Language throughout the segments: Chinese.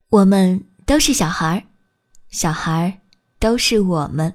我们都是小孩，小孩都是我们。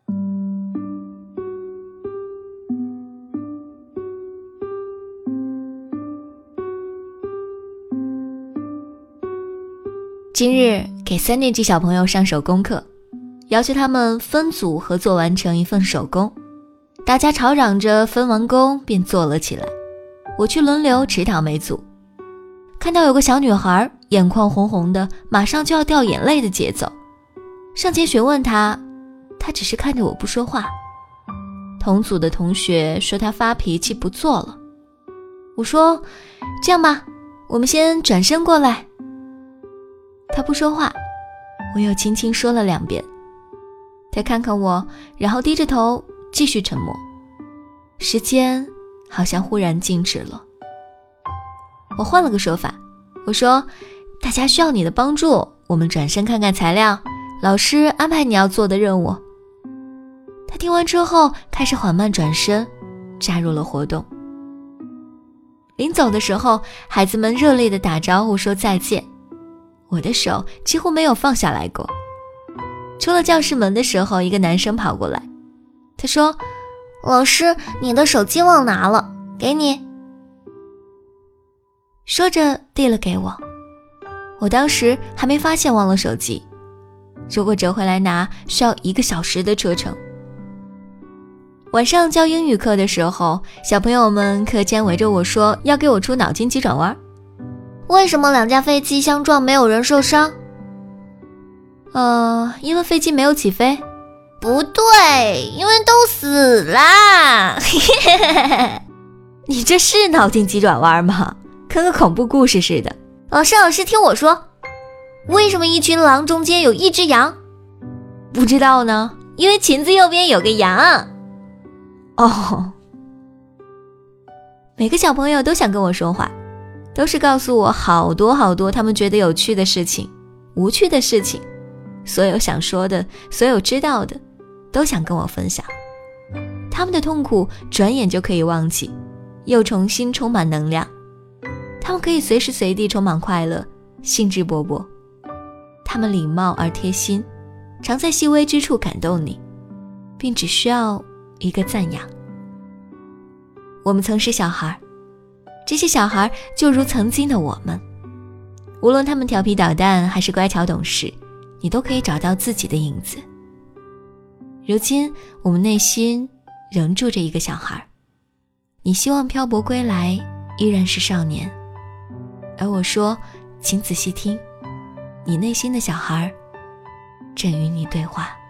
今日给3年级小朋友上手工课，要求他们分组合作完成一份手工，大家吵嚷着分完工便做了起来。我去轮流指导每组，看到有个小女孩眼眶红红的，马上就要掉眼泪的节奏，上前询问她，她只是看着我不说话。同组的同学说她发脾气不做了，我说这样吧，我们先转身过来。她不说话，我又轻轻说了2遍。她看看我，然后低着头继续沉默。时间好像忽然静止了。我换了个说法，我说大家需要你的帮助，我们转身看看材料，老师安排你要做的任务。他听完之后开始缓慢转身，加入了活动。临走的时候，孩子们热烈地打招呼说再见，我的手几乎没有放下来过。出了教室门的时候，一个男生跑过来，他说， 老师，你的手机忘拿了，给你。 说着递了给我，我当时还没发现忘了手机，如果折回来拿需要1个小时的车程。晚上教英语课的时候，小朋友们课间围着我说要给我出脑筋急转弯。 为什么2架飞机相撞没有人受伤？ 因为飞机没有起飞。 不对，因为都死啦。 你这是脑筋急转弯吗？跟个恐怖故事似的。 老师听我说，为什么一群狼中间有1只羊？ 不知道呢， 因为裙子右边有个羊。 哦，每个小朋友都想跟我说话，都是告诉我好多好多他们觉得有趣的事情、无趣的事情，所有想说的，所有知道的，都想跟我分享。他们的痛苦转眼就可以忘记，又重新充满能量。他们可以随时随地充满快乐，兴致勃勃。他们礼貌而贴心，常在细微之处感动你，并只需要一个赞扬。我们曾是小孩，这些小孩就如曾经的我们，无论他们调皮捣蛋还是乖巧懂事，你都可以找到自己的影子。如今我们内心仍住着一个小孩，你希望漂泊归来依然是少年，而我说，请仔细听，你内心的小孩正与你对话。